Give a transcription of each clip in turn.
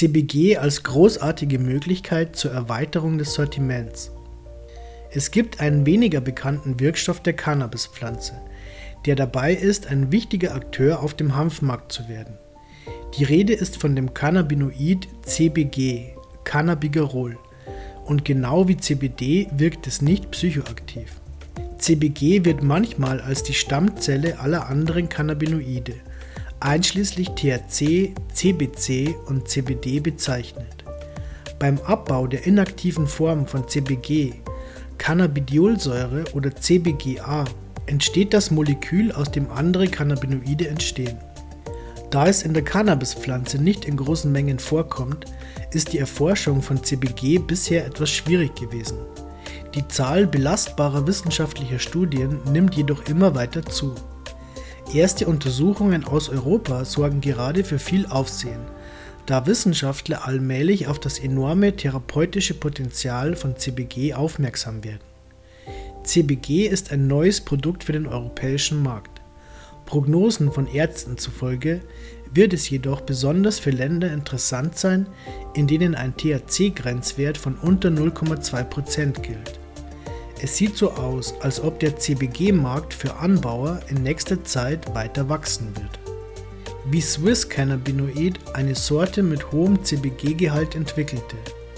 CBG als großartige Möglichkeit zur Erweiterung des Sortiments. Es gibt einen weniger bekannten Wirkstoff der Cannabispflanze, der dabei ist, ein wichtiger Akteur auf dem Hanfmarkt zu werden. Die Rede ist von dem Cannabinoid CBG, Cannabigerol, und genau wie CBD wirkt es nicht psychoaktiv. CBG wird manchmal als die Stammzelle aller anderen Cannabinoide, einschließlich THC, CBC und CBD bezeichnet. Beim Abbau der inaktiven Form von CBG, Cannabidiolsäure oder CBGA, entsteht das Molekül, aus dem andere Cannabinoide entstehen. Da es in der Cannabispflanze nicht in großen Mengen vorkommt, ist die Erforschung von CBG bisher etwas schwierig gewesen. Die Zahl belastbarer wissenschaftlicher Studien nimmt jedoch immer weiter zu. Erste Untersuchungen aus Europa sorgen gerade für viel Aufsehen, da Wissenschaftler allmählich auf das enorme therapeutische Potenzial von CBG aufmerksam werden. CBG ist ein neues Produkt für den europäischen Markt. Prognosen von Ärzten zufolge wird es jedoch besonders für Länder interessant sein, in denen ein THC-Grenzwert von unter 0,2% gilt. Es sieht so aus, als ob der CBG-Markt für Anbauer in nächster Zeit weiter wachsen wird. Wie Swiss Cannabinoid eine Sorte mit hohem CBG-Gehalt entwickelte.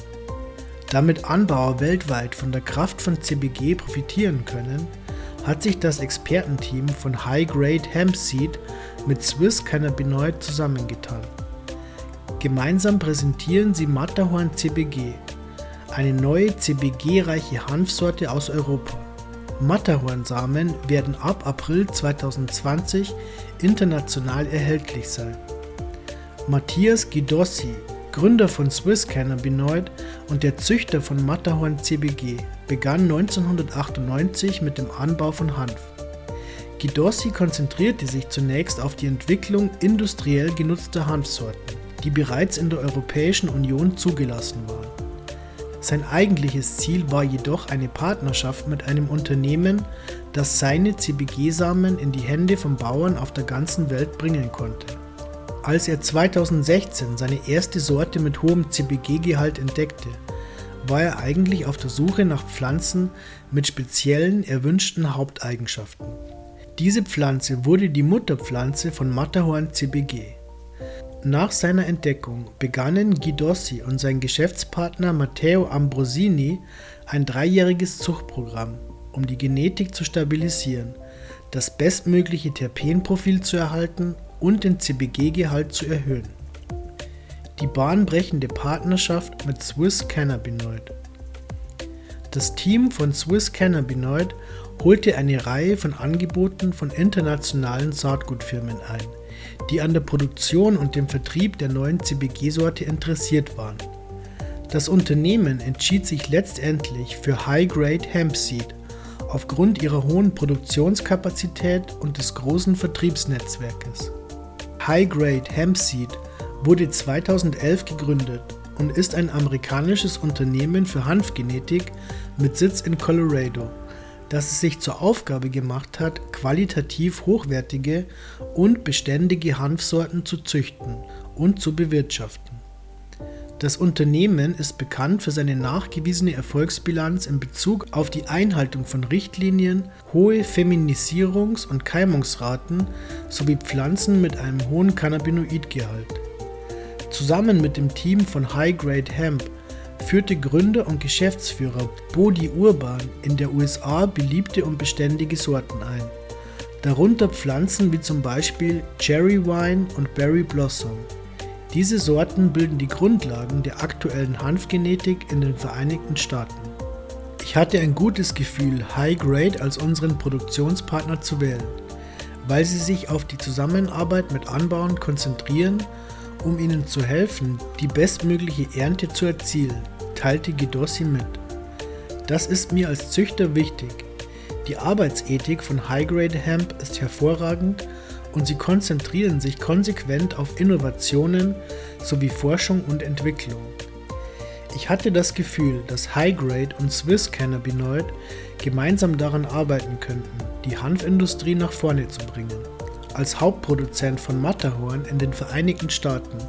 Damit Anbauer weltweit von der Kraft von CBG profitieren können, hat sich das Expertenteam von High Grade Hemp Seed mit Swiss Cannabinoid zusammengetan. Gemeinsam präsentieren sie Matterhorn CBG, eine neue CBG-reiche Hanfsorte aus Europa. Matterhornsamen werden ab April 2020 international erhältlich sein. Matthias Guidossi, Gründer von Swiss Cannabinoid und der Züchter von Matterhorn CBG, begann 1998 mit dem Anbau von Hanf. Guidossi konzentrierte sich zunächst auf die Entwicklung industriell genutzter Hanfsorten, die bereits in der Europäischen Union zugelassen waren. Sein eigentliches Ziel war jedoch eine Partnerschaft mit einem Unternehmen, das seine CBG-Samen in die Hände von Bauern auf der ganzen Welt bringen konnte. Als er 2016 seine erste Sorte mit hohem CBG-Gehalt entdeckte, war er eigentlich auf der Suche nach Pflanzen mit speziellen erwünschten Haupteigenschaften. Diese Pflanze wurde die Mutterpflanze von Matterhorn CBG. Nach seiner Entdeckung begannen Guidossi und sein Geschäftspartner Matteo Ambrosini ein 3-jähriges Zuchtprogramm, um die Genetik zu stabilisieren, das bestmögliche Terpenprofil zu erhalten und den CBG-Gehalt zu erhöhen. Die bahnbrechende Partnerschaft mit Swiss Cannabinoid. Das Team von Swiss Cannabinoid holte eine Reihe von Angeboten von internationalen Saatgutfirmen ein, die an der Produktion und dem Vertrieb der neuen CBG-Sorte interessiert waren. Das Unternehmen entschied sich letztendlich für High Grade Hemp Seed aufgrund ihrer hohen Produktionskapazität und des großen Vertriebsnetzwerkes. High Grade Hemp Seed wurde 2011 gegründet und ist ein amerikanisches Unternehmen für Hanfgenetik mit Sitz in Colorado, das es sich zur Aufgabe gemacht hat, qualitativ hochwertige und beständige Hanfsorten zu züchten und zu bewirtschaften. Das Unternehmen ist bekannt für seine nachgewiesene Erfolgsbilanz in Bezug auf die Einhaltung von Richtlinien, hohe Feminisierungs- und Keimungsraten sowie Pflanzen mit einem hohen Cannabinoidgehalt. Zusammen mit dem Team von High Grade Hemp führte Gründer und Geschäftsführer Bodhi Urban in der USA beliebte und beständige Sorten ein, darunter Pflanzen wie zum Beispiel Cherry Wine und Berry Blossom. Diese Sorten bilden die Grundlagen der aktuellen Hanfgenetik in den Vereinigten Staaten. Ich hatte ein gutes Gefühl, High Grade als unseren Produktionspartner zu wählen, weil sie sich auf die Zusammenarbeit mit Anbauern konzentrieren, um ihnen zu helfen, die bestmögliche Ernte zu erzielen, teilte Guidossi mit. Das ist mir als Züchter wichtig. Die Arbeitsethik von High Grade Hemp ist hervorragend und sie konzentrieren sich konsequent auf Innovationen sowie Forschung und Entwicklung. Ich hatte das Gefühl, dass High Grade und Swiss Cannabinoid gemeinsam daran arbeiten könnten, die Hanfindustrie nach vorne zu bringen. Als Hauptproduzent von Matterhorn in den Vereinigten Staaten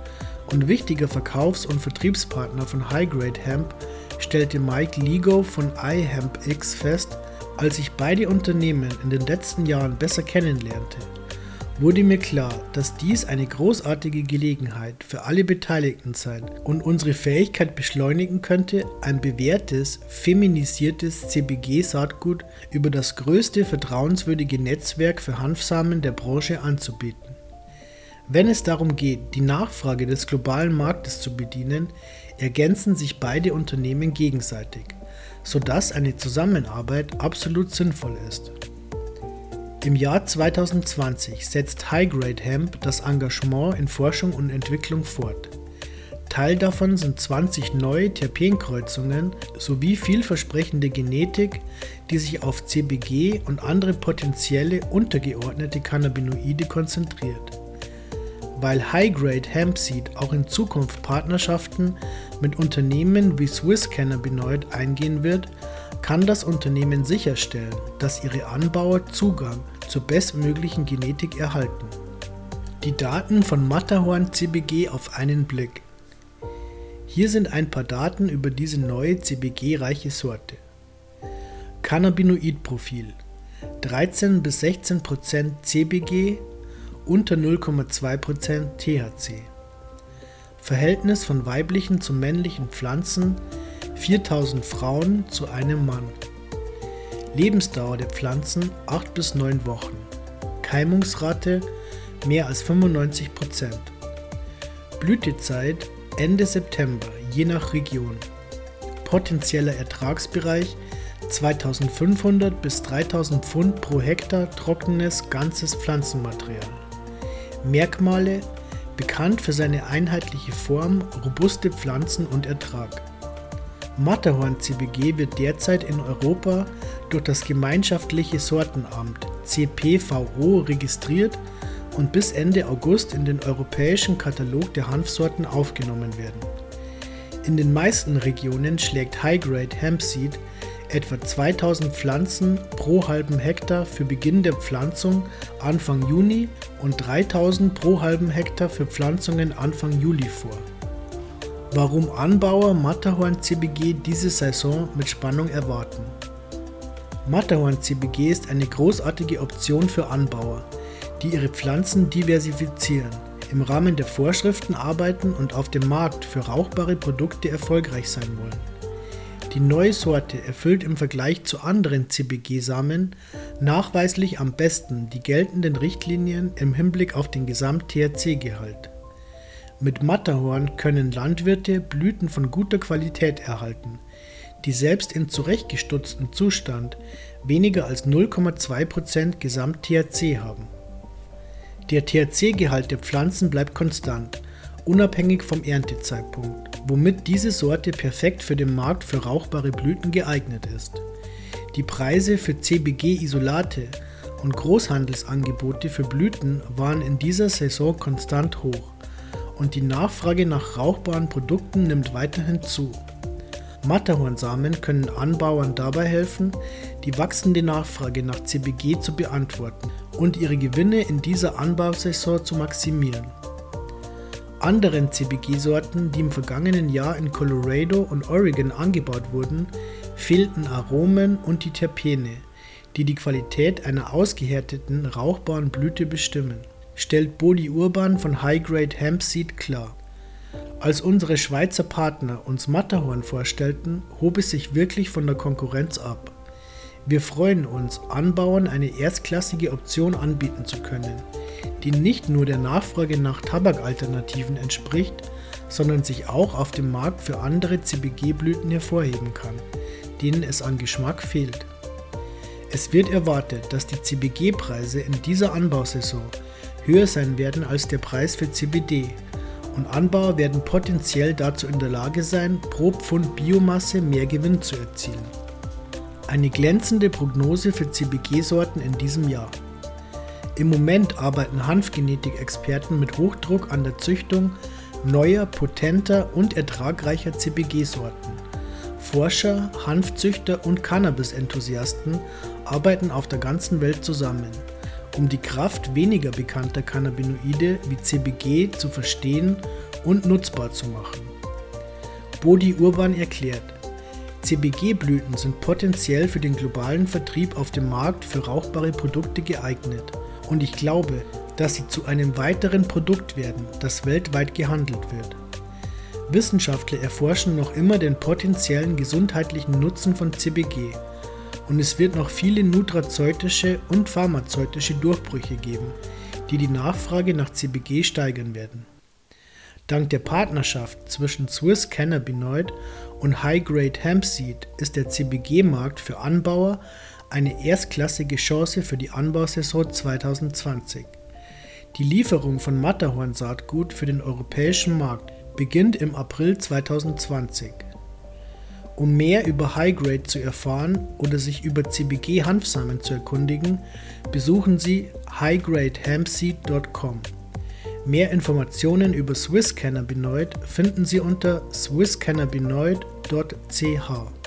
und wichtiger Verkaufs- und Vertriebspartner von High-Grade Hemp, stellte Mike Ligo von iHempX fest: Als ich beide Unternehmen in den letzten Jahren besser kennenlernte, wurde mir klar, dass dies eine großartige Gelegenheit für alle Beteiligten sein und unsere Fähigkeit beschleunigen könnte, ein bewährtes, feminisiertes CBG-Saatgut über das größte vertrauenswürdige Netzwerk für Hanfsamen der Branche anzubieten. Wenn es darum geht, die Nachfrage des globalen Marktes zu bedienen, ergänzen sich beide Unternehmen gegenseitig, sodass eine Zusammenarbeit absolut sinnvoll ist. Im Jahr 2020 setzt High-Grade Hemp das Engagement in Forschung und Entwicklung fort. Teil davon sind 20 neue Terpenkreuzungen sowie vielversprechende Genetik, die sich auf CBG und andere potenzielle untergeordnete Cannabinoide konzentriert. Weil High-Grade Hemp Seed auch in Zukunft Partnerschaften mit Unternehmen wie Swiss Cannabinoid eingehen wird, kann das Unternehmen sicherstellen, dass ihre Anbauer Zugang zur bestmöglichen Genetik erhalten. Die Daten von Matterhorn CBG auf einen Blick. Hier sind ein paar Daten über diese neue CBG-reiche Sorte. Cannabinoid-Profil: 13-16% CBG, unter 0,2% THC. Verhältnis von weiblichen zu männlichen Pflanzen: 4000 Frauen zu einem Mann. Lebensdauer der Pflanzen: 8 bis 9 Wochen. Keimungsrate: mehr als 95%. Blütezeit: Ende September, je nach Region. Potenzieller Ertragsbereich: 2500 bis 3000 Pfund pro Hektar trockenes, ganzes Pflanzenmaterial. Merkmale: bekannt für seine einheitliche Form, robuste Pflanzen und Ertrag. Matterhorn CBG wird derzeit in Europa durch das Gemeinschaftliche Sortenamt CPVO registriert und bis Ende August in den europäischen Katalog der Hanfsorten aufgenommen werden. In den meisten Regionen schlägt High-Grade Hemp Seed etwa 2000 Pflanzen pro halben Hektar für Beginn der Pflanzung Anfang Juni und 3000 pro halben Hektar für Pflanzungen Anfang Juli vor. Warum Anbauer Matterhorn CBG diese Saison mit Spannung erwarten? Matterhorn CBG ist eine großartige Option für Anbauer, die ihre Pflanzen diversifizieren, im Rahmen der Vorschriften arbeiten und auf dem Markt für rauchbare Produkte erfolgreich sein wollen. Die neue Sorte erfüllt im Vergleich zu anderen CBG-Samen nachweislich am besten die geltenden Richtlinien im Hinblick auf den Gesamt-THC-Gehalt. Mit Matterhorn können Landwirte Blüten von guter Qualität erhalten, die selbst in zurechtgestutztem Zustand weniger als 0,2% Gesamt-THC haben. Der THC-Gehalt der Pflanzen bleibt konstant, unabhängig vom Erntezeitpunkt, womit diese Sorte perfekt für den Markt für rauchbare Blüten geeignet ist. Die Preise für CBG-Isolate und Großhandelsangebote für Blüten waren in dieser Saison konstant hoch und die Nachfrage nach rauchbaren Produkten nimmt weiterhin zu. Matterhornsamen können Anbauern dabei helfen, die wachsende Nachfrage nach CBG zu beantworten und ihre Gewinne in dieser Anbausaison zu maximieren. Anderen CBG-Sorten, die im vergangenen Jahr in Colorado und Oregon angebaut wurden, fehlten Aromen und die Terpene, die die Qualität einer ausgehärteten, rauchbaren Blüte bestimmen, stellt Bodi Urban von High-Grade Hemp Seed klar. Als unsere Schweizer Partner uns Matterhorn vorstellten, hob es sich wirklich von der Konkurrenz ab. Wir freuen uns, Anbauern eine erstklassige Option anbieten zu können, die nicht nur der Nachfrage nach Tabakalternativen entspricht, sondern sich auch auf dem Markt für andere CBG-Blüten hervorheben kann, denen es an Geschmack fehlt. Es wird erwartet, dass die CBG-Preise in dieser Anbausaison höher sein werden als der Preis für CBD und Anbauer werden potenziell dazu in der Lage sein, pro Pfund Biomasse mehr Gewinn zu erzielen. Eine glänzende Prognose für CBG-Sorten in diesem Jahr. Im Moment arbeiten Hanfgenetik-Experten mit Hochdruck an der Züchtung neuer, potenter und ertragreicher CBG-Sorten. Forscher, Hanfzüchter und Cannabis-Enthusiasten arbeiten auf der ganzen Welt zusammen, um die Kraft weniger bekannter Cannabinoide wie CBG zu verstehen und nutzbar zu machen. Bodhi Urban erklärt, CBG-Blüten sind potenziell für den globalen Vertrieb auf dem Markt für rauchbare Produkte geeignet und ich glaube, dass sie zu einem weiteren Produkt werden, das weltweit gehandelt wird. Wissenschaftler erforschen noch immer den potenziellen gesundheitlichen Nutzen von CBG und es wird noch viele nutrazeutische und pharmazeutische Durchbrüche geben, die die Nachfrage nach CBG steigern werden. Dank der Partnerschaft zwischen Swiss Cannabinoid und High Grade Hemp Seed ist der CBG-Markt für Anbauer eine erstklassige Chance für die Anbausaison 2020. Die Lieferung von Matterhorn-Saatgut für den europäischen Markt beginnt im April 2020. Um mehr über High Grade zu erfahren oder sich über CBG-Hanfsamen zu erkundigen, besuchen Sie highgradehempseed.com. Mehr Informationen über Swiss Cannabinoid finden Sie unter swisscannabinoid.ch.